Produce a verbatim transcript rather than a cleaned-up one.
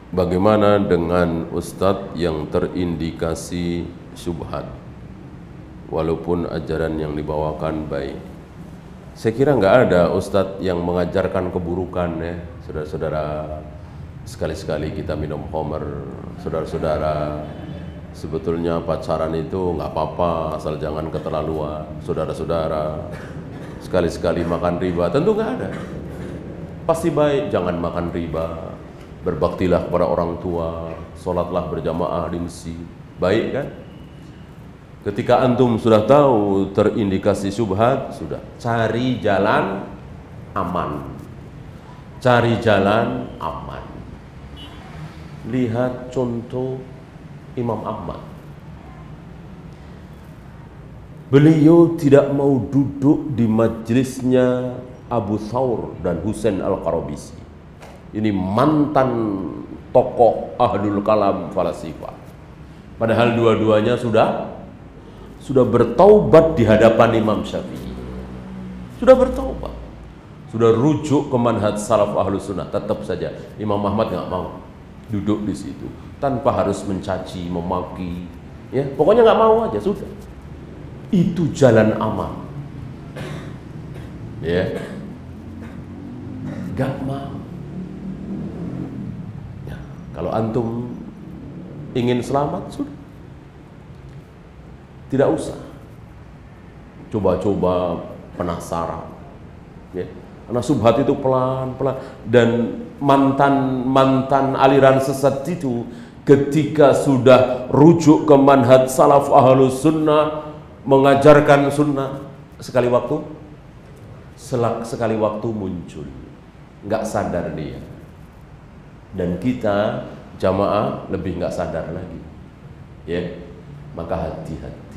Bagaimana dengan ustadz yang terindikasi syubhat walaupun ajaran yang dibawakan baik? Saya kira nggak ada ustadz yang mengajarkan keburukan ya, saudara-saudara. Sekali-sekali kita minum khamr, saudara-saudara. Sebetulnya pacaran itu nggak apa-apa asal jangan keterlaluan, saudara-saudara. Sekali-sekali makan riba, tentu nggak ada. Pasti baik, jangan makan riba. Berbaktilah kepada orang tua, sholatlah berjamaah di masjid. Baik kan? Ketika antum sudah tahu terindikasi syubhat, sudah cari jalan aman. Cari jalan aman. Lihat contoh Imam Ahmad. Beliau tidak mau duduk di majelisnya Abu Thawr dan Husain Al-Qarabisi. Ini mantan tokoh ahlul kalam falasifah. Padahal dua-duanya sudah sudah bertaubat di hadapan Imam Syafi'i. Sudah bertaubat. Sudah rujuk ke manhaj salaf ahlus sunnah. Tetap saja Imam Ahmad nggak mau duduk di situ tanpa harus mencaci, memaki. Ya, pokoknya nggak mau aja sudah. Itu jalan aman. Ya. Nggak mau. Kalau antum ingin selamat, sudah. Tidak usah coba-coba penasaran. Ya. Karena subhat itu pelan-pelan. Dan mantan-mantan aliran sesat itu ketika sudah rujuk ke manhaj salaf ahlus sunnah, mengajarkan sunnah, sekali waktu, selak sekali waktu muncul. Nggak sadar dia. Dan kita jamaah lebih nggak sadar lagi, ya, maka hati-hati.